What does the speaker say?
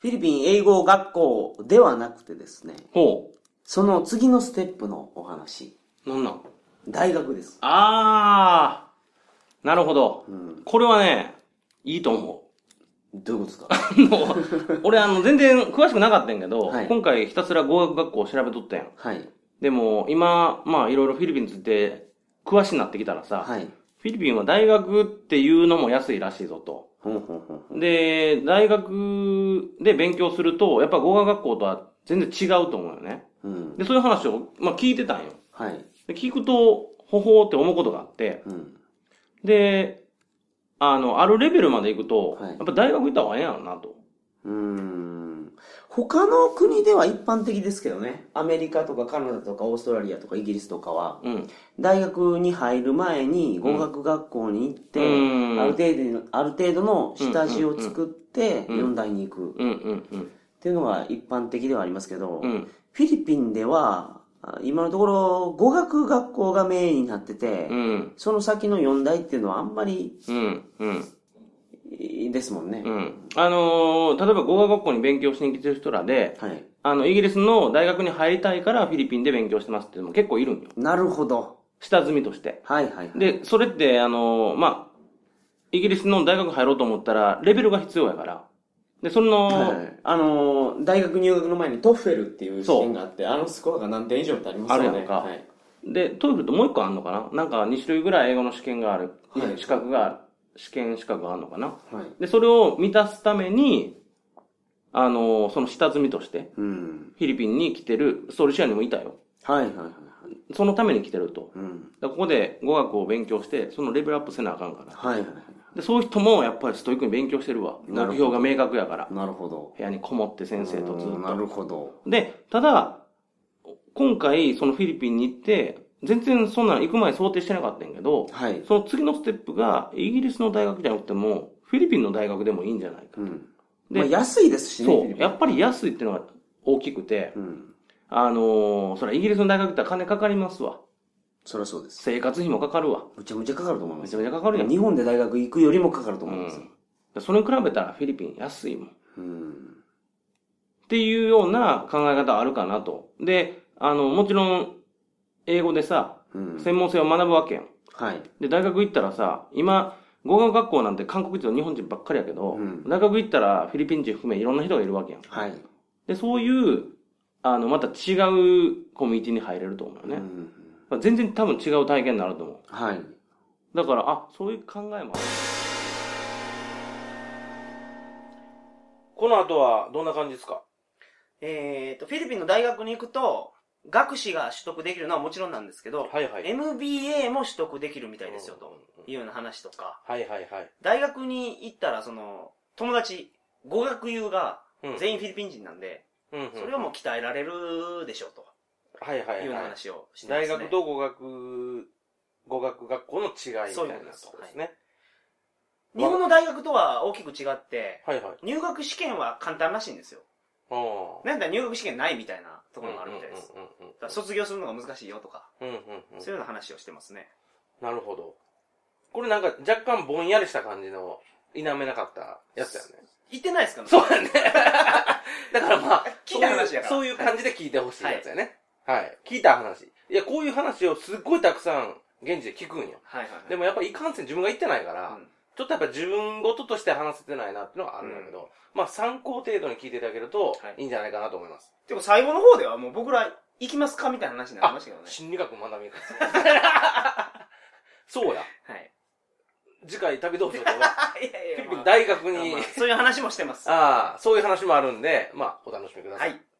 フィリピン英語学校ではなくてですね、 ほその次のステップのお話。 なんなん？ 大学です。 あー、なるほど。 うん。 これはね、いいと思う。 どういうことですか？ 俺全然詳しくなかったんやけど、 はい今回ひたすら語学学校を調べとったやん。 はい。 でも今、まあいろいろフィリピンについて詳しくなってきたらさ、 はい。 フィリピンは大学っていうのも安いらしいぞと。 ほんほんほんほん。 で、大学で勉強すると、やっぱ語学学校とは全然違うと思うよね。 うん。 で、そういう話を、まあ聞いてたんよ。 はい。 で聞くと、ほほーって思うことがあって、 うん。 で、あるレベルまで行くと、 はいやっぱ大学行った方がええんやろなと。 他の国では一般的ですけどね。アメリカとかカナダとかオーストラリアとかイギリスとかは、 うん。 大学に入る前に語学学校に行って、ある程度の下地を作って4大に行くっていうのが一般的ではありますけど、フィリピンでは今のところ語学学校がメインになってて、その先の4大っていうのはあんまりですもんね。例えば語学学校に勉強しに来てる人らで、 はい、 イギリスの大学に入りたいからフィリピンで勉強してますっていうのも結構いるんよ。 なるほど。 下積みとして。 はいはいはい。 で、それって、まあ、イギリスの大学入ろうと思ったら、レベルが必要やから。で、その、 はい、大学入学の前にトフェルっていう試験があって、スコアが何点以上ってありますよね。 あるやんか。 はい、 で、トフェルってもう一個あんのかな？なんか2種類ぐらい英語の試験がある。はい、資格があるのかな？はい。で、それを満たすために、その下積みとして、フィリピンに来てる、ソルシアにもいたよ。 はいはいはい。 そのために来てると。ここで語学を勉強して、そのレベルアップせなあかんから。はいはいはい。で、そういう人もやっぱりストイックに勉強してるわ。目標が明確やから。 なるほど。 部屋にこもって先生とずっと。 なるほど。 で、ただ、今回そのフィリピンに行って、全然そんな行く前想定してなかったんやけど、はい、その次のステップがイギリスの大学じゃなくても、フィリピンの大学でもいいんじゃないかと。 で、まあ、安いですしね。 そう。やっぱり安いっていうのが大きくて、それはイギリスの大学行ったら金かかりますわ。 そりゃそうです。 生活費もかかるわ。 むちゃむちゃかかると思います。 めちゃめちゃかかるやん。 日本で大学行くよりもかかると思います。 それに比べたらフィリピン安いもん。っていうような考え方あるかなと。で、もちろん、英語でさ、専門性を学ぶわけやん。はい。で、大学行ったらさ、今、語学学校なんて韓国人と日本人ばっかりやけど、大学行ったらフィリピン人含めいろんな人がいるわけやん。はい。で、そういう、また違うコミュニティに入れると思うよね。全然多分違う体験になると思う。はい。だから、そういう考えもある。この後はどんな感じですか？ フィリピンの大学に行くと、学士が取得できるのはもちろんなんですけど、はいはい、MBA も取得できるみたいですよというような話とか、はいはいはい、大学に行ったら友達、語学友が全員フィリピン人なんで、それをもう鍛えられるでしょうと、はいはいはい、いうような話をしてますね。 大学と語学学校の違いみたいなところですね。 日本の大学とは大きく違って、はいはい、入学試験は簡単らしいんですよ。なんだ入学試験ないみたいなところがあるみたいです。卒業するのが難しいよとか、そういうような話をしてますね。 なるほど。これなんか若干ぼんやりした感じの否めなかったやつだよね。 言ってないですかね。 そうだね。だからまあ、 聞いた話やから。 そういう感じで聞いてほしいやつやね。はい。聞いた話。いや、こういう話をすっごいたくさん現地で聞くんよ。はいはいはい。でもやっぱりいかんせん自分が言ってないから、ちょっとやっぱ自分事として話せてないなっていうのがあるんだけど、まあ参考程度に聞いていただけるといいんじゃないかなと思います。 でも最後の方ではもう僕ら行きますかみたいな話になりましたけどね。 心理学学びます。そうや。はい。次回旅どうぞとか、フィリピン大学に、 そういう話もしてます。 そういう話もあるんで、まあお楽しみください。はい。